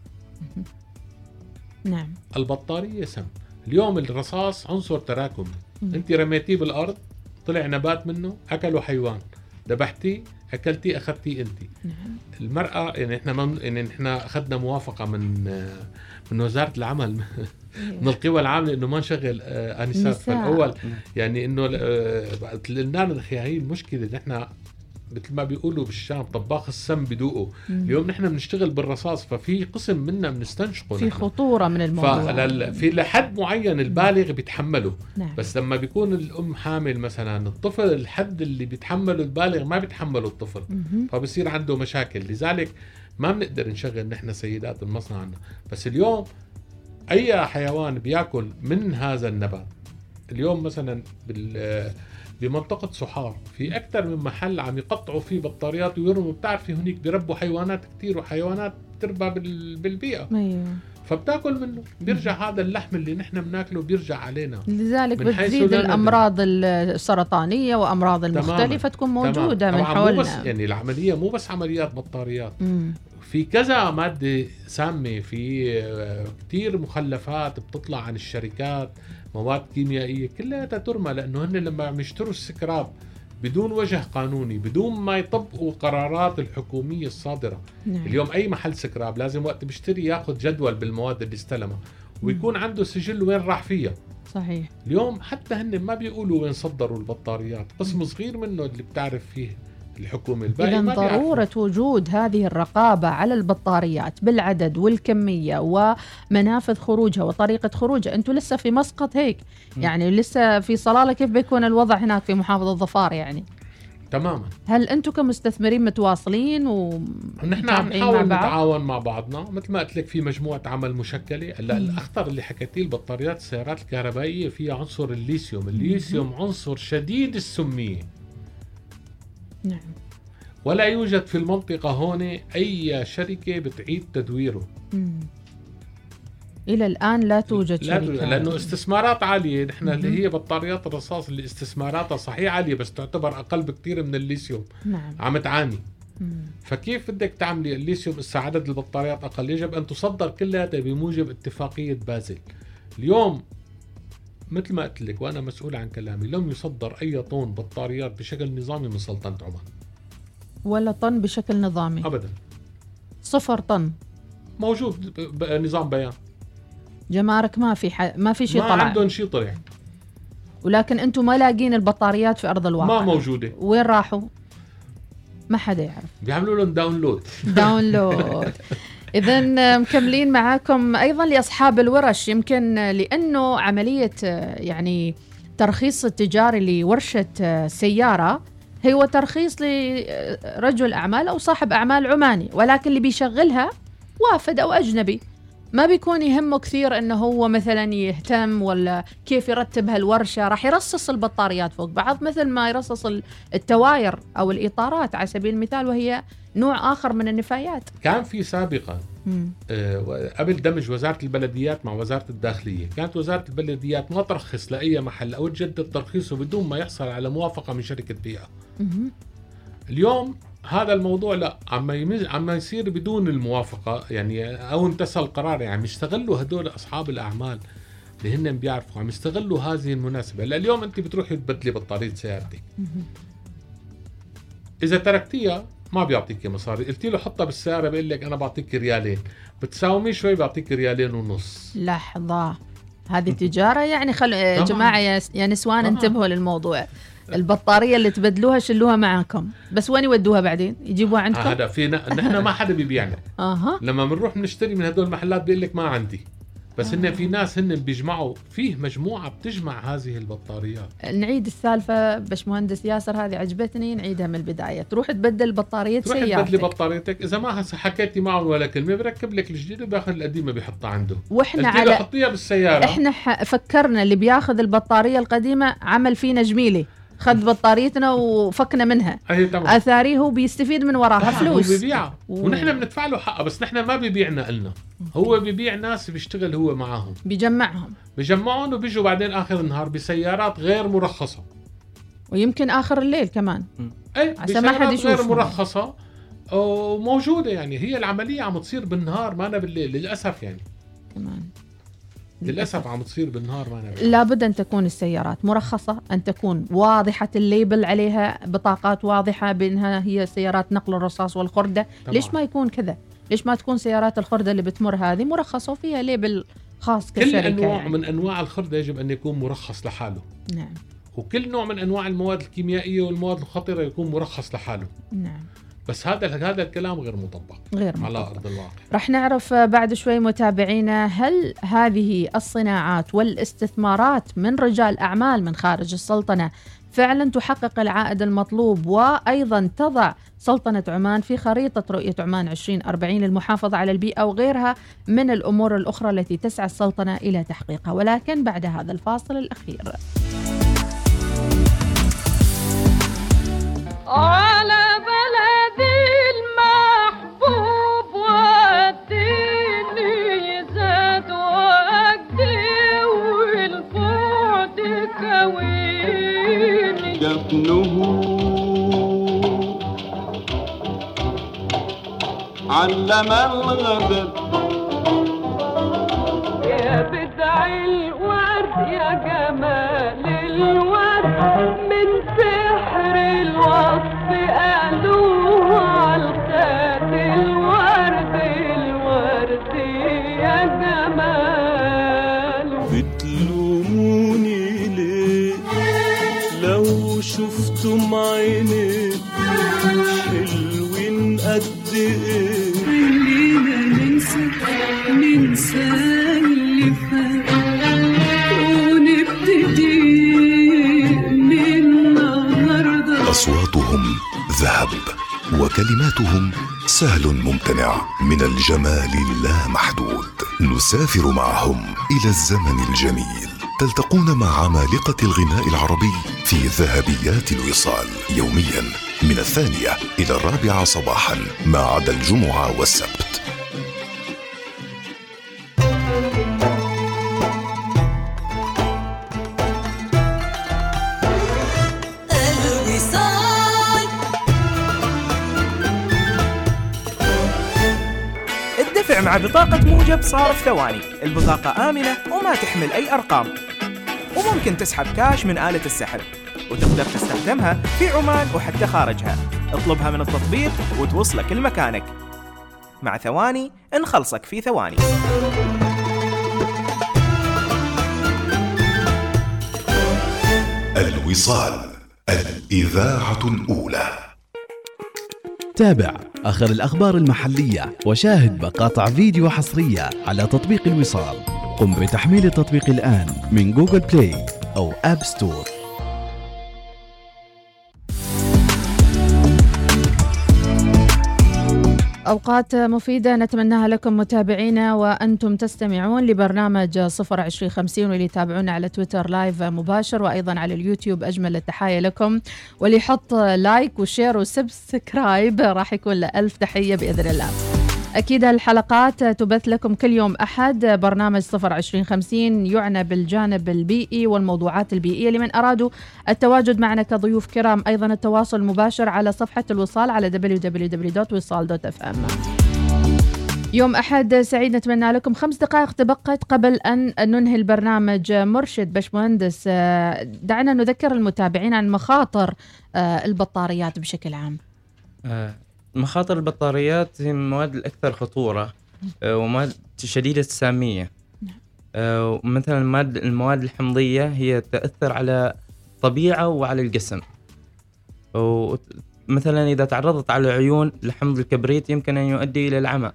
نعم. البطارية سم. اليوم الرصاص عنصر تراكمي، انت رميتيه بالارض طلع نبات منه، اكله حيوان، ذبحتيه اكلتيه اخذتيه انت. المرأة يعني احنا اخذنا موافقة من وزارة العمل من القوى العاملة انه ما نشغل انسات. فالاول يعني انه قلنا هي المشكلة، نحن مثل ما بيقولوا بالشام طباخ السم بدوقه. اليوم نحن بنشتغل بالرصاص، ففي قسم منا بنستنشقه، في خطورة من الموضوع. في لحد معين البالغ بيتحمله. نعم. بس لما بيكون الأم حامل مثلا، الطفل الحد اللي بيتحمله البالغ ما بيتحمله الطفل، فبصير عنده مشاكل. لذلك ما بنقدر نشغل نحن سيدات المصنع عنا. بس اليوم أي حيوان بيأكل من هذا النبات، اليوم مثلا بمنطقة صحار في أكثر من محل عم يقطعوا فيه بطاريات ويرموا. بتعرفي هناك بيربوا حيوانات كتير، وحيوانات تربى بالبيئة. أيوة. فبتاكل منه، بيرجع هذا اللحم اللي نحن بناكله بيرجع علينا. لذلك بتزيد الأمراض السرطانية وأمراض المختلفة تكون موجودة من حولنا. مو بس يعني العملية مو بس عمليات بطاريات، في كذا مادة سامة، في كتير مخلفات بتطلع عن الشركات، مواد كيميائية كلها ترمى، لأنه هن لما عم يشتروا السكراب بدون وجه قانوني، بدون ما يطبقوا قرارات الحكومية الصادرة. نعم. اليوم أي محل سكراب لازم وقت بيشتري ياخد جدول بالمواد اللي استلمها ويكون عنده سجل وين راح فيها. صحيح. اليوم حتى هن ما بيقولوا وين صدروا البطاريات، قسم صغير منه اللي بتعرف فيه الحكومة، الباقي إذن ما ضرورة بيعرفوا. وجود هذه الرقابة على البطاريات بالعدد والكمية ومنافذ خروجها وطريقة خروجها. أنتوا لسه في مسقط هيك يعني، لسه في صلالة. كيف بيكون الوضع هناك في محافظة ظفار يعني؟ تماما. هل أنتوا كمستثمرين متواصلين نحن عم نحاول نتعاون مع بعضنا؟ مثل ما قلت لك في مجموعة عمل مشكلة. الأخطر اللي حكيتيه البطاريات السيارات الكهربائية فيها عنصر الليثيوم. الليثيوم عنصر شديد السمية. نعم. ولا يوجد في المنطقة هون أي شركة بتعيد تدويره. إلى الآن لا توجد شركة، لأنه استثمارات عالية. نحن اللي هي بطاريات الرصاص اللي استثماراتها صحيح عالية، بس تعتبر أقل بكتير من الليثيوم. نعم. عم تعاني. فكيف بدك تعملي الليثيوم؟ عدد البطاريات أقل، يجب أن تصدر كلها بموجب اتفاقية بازل. اليوم مثل ما قلت لك وأنا مسؤول عن كلامي، لم يصدر أي طن بطاريات بشكل نظامي من سلطنة عمان، ولا طن بشكل نظامي أبدا. 0 طن موجود نظام بيان، جمارك ما في شيء طلع، ما عندهم شيء طلع. ولكن أنتم ما لاقين البطاريات في أرض الواقع، ما موجودة. وين راحوا؟ ما حدا يعرف. بيعملوا لهم داونلود. إذن مكملين معاكم أيضا لأصحاب الورش، يمكن لأنه عملية يعني ترخيص التجاري لورشة سيارة هو ترخيص لرجل أعمال أو صاحب أعمال عماني، ولكن اللي بيشغلها وافد أو أجنبي، ما بيكون يهمه كثير إنه هو مثلا يهتم ولا كيف يرتب هالورشة. راح يرصص البطاريات فوق بعض مثل ما يرصص التواير أو الإطارات على سبيل المثال، وهي نوع آخر من النفايات. كان في سابقا قبل دمج وزارة البلديات مع وزارة الداخلية، كانت وزارة البلديات ما ترخص لأي محل أو تجدد ترخيصه بدون ما يحصل على موافقة من شركة بيئة. اليوم هذا الموضوع لا، عم يصير بدون الموافقة يعني، أو امتثل القرار. يعني يستغلوا هدول أصحاب الأعمال اللي هن بيعرفوا، عم يستغلوا هذه المناسبة. اليوم أنت بتروحي تبدلي بطارية سيارتك، إذا تركتيها ما بيعطيك مصاري، قلتي له حطها بالسيارة بيقول لك أنا بعطيك ريالين، بتساومي شوي بعطيك ريالين ونص. لحظة، هذه تجارة يعني. يا جماعة يا نسوان انتبهوا للموضوع. البطارية اللي تبدلوها شلوها معاكم، بس وين يودوها بعدين؟ يجيبوها عندكم؟ هذا فينا نحن ما حدا بيبيعنا. لما بنروح بنشتري من هدول المحلات بيقول لك ما عندي، بس إن في ناس هن بيجمعوا، فيه مجموعة بتجمع هذه البطاريات. نعيد السالفة باشمهندس ياسر، هذه عجبتني، نعيدها من البداية. تروح تبدل بطارية سيارتك، تروح تبدلي بطاريتك، إذا ما حكيتي معه ولا كلمة بركب لك الجديد وباخذ القديمة بيحطها عنده. وإحنا على حطيها بالسيارة. إحنا فكرنا اللي بياخذ البطارية القديمة عمل فينا جميلة، خذ بطاريتنا وفكنا منها. أثاري هو بيستفيد من وراها فلوس، هو بيبيعها ونحن بندفع له حقه، بس نحن ما بيبيعنا لنا، هو بيبيع ناس بيشتغل هو معاهم، بيجمعهم وبيجوا بعدين آخر النهار بسيارات غير مرخصة، ويمكن آخر الليل كمان. عشان ما حد يشوف. غير مرخصة وموجودة يعني. هي العملية عم تصير بالنهار ما أنا بالليل للأسف يعني. كمان للأسف عم تصير بالنهار ما أنا. لابد أن تكون السيارات مرخصة، أن تكون واضحة الليبل عليها، بطاقات واضحة بأنها هي سيارات نقل الرصاص والخردة. طبعا. ليش ما يكون كذا؟ ليش ما تكون سيارات الخردة اللي بتمر هذه مرخصة وفيها ليبل خاص كشركة؟ كل أنواع يعني من أنواع الخردة يجب أن يكون مرخص لحاله. نعم. وكل نوع من أنواع المواد الكيميائية والمواد الخطرة يكون مرخص لحاله. نعم. بس هذا الكلام غير مطبق على أرض الواقع. رح نعرف بعد شوي متابعينا، هل هذه الصناعات والاستثمارات من رجال أعمال من خارج السلطنة فعلا تحقق العائد المطلوب، وأيضا تضع سلطنة عمان في خريطة رؤية عمان 2040 للمحافظة على البيئة وغيرها من الأمور الأخرى التي تسعى السلطنة إلى تحقيقها، ولكن بعد هذا الفاصل الأخير. على بلدي المحبوب والدين زاد وأجدي والبعد كويني جفنه علم الغدر يا بدع الورد يا جمال الورد من سحر الوصف قالوا عالخد الورد يا جمال. بتلوموني ليه لو شفتم عيني حلوين قد ايه؟ خلينا ننسى اللي فات ونبتدي من النهارده. أصواتهم ذهب وكلماتهم سهل ممتنع من الجمال اللامحدود. نسافر معهم إلى الزمن الجميل، تلتقون مع عمالقة الغناء العربي في ذهبيات الوصال يوميا من 2 إلى 4 صباحا ما عدا الجمعة والسبت. الدفع مع بطاقة موجب صار في ثواني. البطاقة آمنة وما تحمل أي أرقام، وممكن تسحب كاش من آلة السحب، وتقدر تستخدمها في عمان وحتى خارجها. اطلبها من التطبيق وتوصلك لمكانك. مع ثواني نخلصك في ثواني. الوصال، الإذاعة الأولى. تابع آخر الأخبار المحلية وشاهد مقاطع فيديو حصرية على تطبيق الوصال. قم بتحميل التطبيق الآن من جوجل بلاي أو آب ستور. أوقات مفيدة نتمناها لكم متابعينا وأنتم تستمعون لبرنامج 02050، واللي يتابعونا على تويتر لايف مباشر وأيضا على اليوتيوب. أجمل التحايا لكم، واللي يحط لايك وشير وسبسكرايب راح يكون له ألف تحية بإذن الله. أكيد الحلقات تبث لكم كل يوم أحد. برنامج 02050 يعنى بالجانب البيئي والموضوعات البيئية لمن أرادوا التواجد معنا كضيوف كرام. أيضا التواصل مباشر على صفحة الوصال على www.wisal.fm. يوم أحد سعيد نتمنى لكم. 5 دقائق تبقت قبل أن ننهي البرنامج. مرشد باشمهندس، دعنا نذكر المتابعين عن مخاطر البطاريات بشكل عام. مخاطر البطاريات هي المواد الأكثر خطورة ومواد شديدة السامية. مثلا المواد الحمضية هي تأثر على الطبيعة وعلى الجسم. مثلا إذا تعرضت على العيون لحمض الكبريت يمكن أن يؤدي إلى العمى.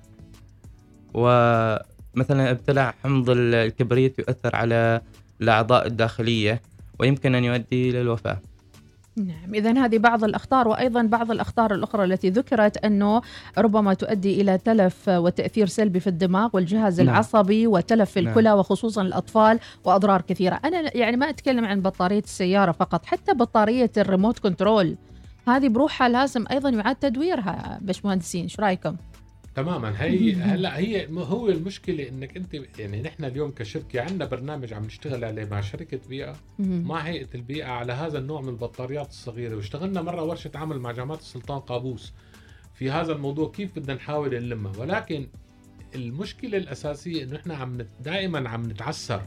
ومثلا ابتلاع حمض الكبريت يؤثر على الأعضاء الداخلية ويمكن أن يؤدي إلى الوفاة. نعم، إذن هذه بعض الأخطار، وأيضا بعض الأخطار الأخرى التي ذكرت أنه ربما تؤدي إلى تلف وتأثير سلبي في الدماغ والجهاز العصبي وتلف في الكلى وخصوصا الأطفال وأضرار كثيرة. أنا يعني ما أتكلم عن بطارية السيارة فقط، حتى بطارية الريموت كنترول هذه بروحها لازم أيضا يعاد تدويرها. باشمهندسين شو رأيكم؟ تماما. هي هو المشكله انك انت يعني نحن اليوم كشركه عندنا برنامج عم نشتغل عليه مع شركه بيئه مع هيئه البيئه على هذا النوع من البطاريات الصغيره، واشتغلنا مره ورشه عمل مع جامعه السلطان قابوس في هذا الموضوع كيف بدنا نحاول نلمها. ولكن المشكله الاساسيه انه احنا دائما عم نتعثر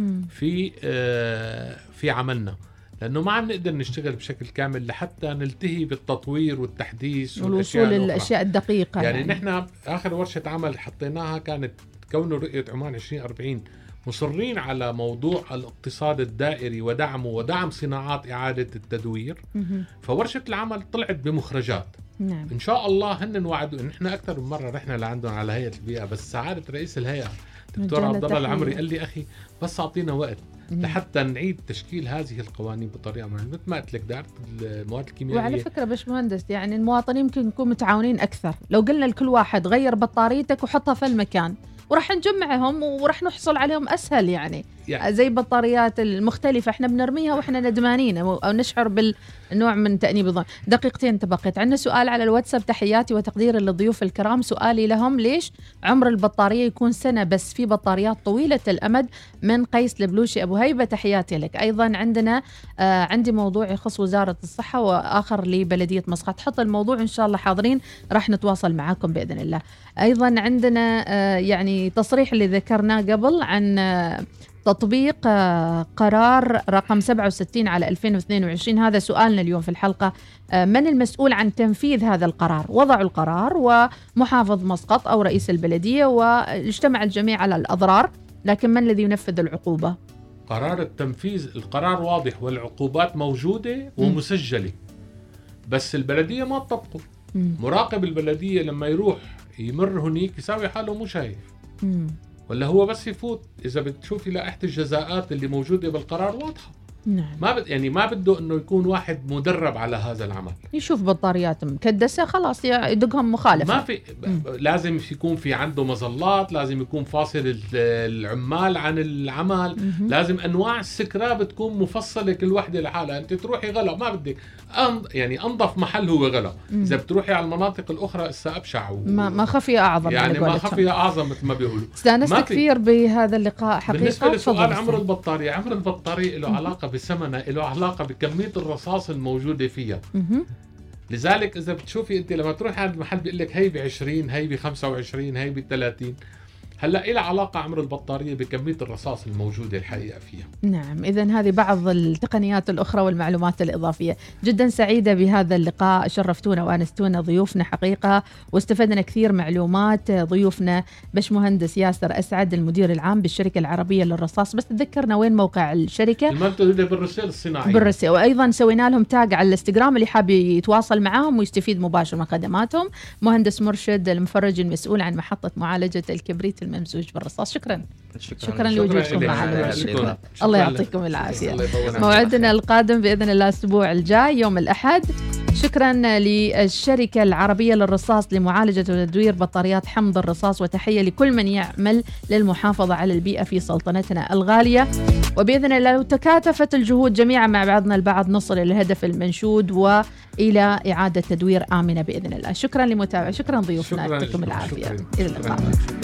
في عملنا، لأنه ما عم نقدر نشتغل بشكل كامل لحتى نلتهي بالتطوير والتحديث والوصول للأشياء الدقيقة. يعني نحن آخر ورشة عمل حطيناها كانت كون رؤية عمان 2040 مصرين على موضوع الاقتصاد الدائري ودعمه ودعم صناعات إعادة التدوير. فورشة العمل طلعت بمخرجات. نعم. إن شاء الله هن وعدوا إن إحنا أكثر من مرة رحنا لعندهم على هيئة البيئة، بس سعادة رئيس الهيئة دكتور عبد الله العمري قال لي أخي بس أعطينا وقت لحتى نعيد تشكيل هذه القوانين بطريقه معينه. مثل ما قلت لك دائره المواد الكيميائيه. وعلى فكره باشمهندس يعني المواطنين يمكن يكونوا متعاونين اكثر لو قلنا لكل واحد غير بطاريتك وحطها في المكان، وراح نجمعهم وراح نحصل عليهم اسهل. يعني زي البطاريات المختلفه احنا بنرميها واحنا ندمانين او نشعر بالنوع من تأنيب الضمير. دقيقتين تبقيت. عندنا سؤال على الواتساب. تحياتي وتقديري للضيوف الكرام. سؤالي لهم ليش عمر البطاريه يكون سنه بس في بطاريات طويله الامد؟ من قيس البلوشي ابو هيبه، تحياتي لك. ايضا عندنا عندي موضوع يخص وزاره الصحه واخر لبلديه مسقط. حط الموضوع ان شاء الله حاضرين راح نتواصل معاكم باذن الله. ايضا عندنا يعني تصريح اللي ذكرناه قبل عن تطبيق قرار رقم 67 على 2022. هذا سؤالنا اليوم في الحلقة. من المسؤول عن تنفيذ هذا القرار؟ وضعوا القرار ومحافظ مسقط أو رئيس البلدية، واجتمع الجميع على الأضرار، لكن من الذي ينفذ العقوبة؟ قرار التنفيذ، القرار واضح والعقوبات موجودة ومسجلة، بس البلدية ما تطبقه. مراقب البلدية لما يروح يمر هنيك يساوي حاله مو شايف، ولا هو بس يفوت. إذا بتشوفي لائحة الجزاءات اللي موجودة بالقرار واضحة. نعم. ما بده إنه يكون واحد مدرب على هذا العمل. يشوف بطاريات مكدسة خلاص يدقهم مخالفة. ما في لازم يكون في عنده مظلات، لازم يكون فاصل العمال عن العمل. لازم أنواع السكراب تكون مفصلة كل وحدة لحالها. أنت تروحي غلا ما بدك يعني أنظف محل هو غلا. إذا بتروحي على المناطق الأخرى إسا أبشع ما خفي أعظم يعني ما خفي أعظم مثل ما بيقولوا. استانست كثير بهذا اللقاء حقيقة. بالنسبة لسؤال عمر البطارية، عمر البطارية له علاقة بثمنها، له علاقة بكمية الرصاص الموجودة فيها. لذلك إذا بتشوفي أنت لما تروحي عند المحل بيقول لك هي ب20، هي ب25، هي ب30. هلا إلى علاقة عمر البطارية بكمية الرصاص الموجودة الحقيقة فيها. نعم، إذن هذه بعض التقنيات الأخرى والمعلومات الإضافية. جدا سعيدة بهذا اللقاء، شرفتونا وأنستونا ضيوفنا حقيقة، واستفدنا كثير معلومات. ضيوفنا باشمهندس ياسر أسعد المدير العام بالشركة العربية للرصاص. بس تذكرنا وين موقع الشركة؟ المنتدى بالرسائل الصناعية. بالرسائل، وأيضا سوينا لهم تاج على الانستغرام اللي حاب يتواصل معاهم ويستفيد مباشر من خدماتهم. مهندس مرشد المفرج المسؤول عن محطة معالجة الكبريت الممزوج بالرصاص. شكرا لوجودكم معنا. الله يعطيكم العافية. موعدنا القادم بإذن الله الأسبوع الجاي يوم الأحد. شكرا للشركة العربية للرصاص لمعالجة وتدوير بطاريات حمض الرصاص، وتحية لكل من يعمل للمحافظة على البيئة في سلطنتنا الغالية. وبإذن الله لو تكاتفت الجهود جميعا مع بعضنا البعض نصل إلى الهدف المنشود وإلى إعادة تدوير آمنة بإذن الله. شكرا لمتابعة، شكرا ضيوفنا، يعطيكم العافية. إلى اللقاء.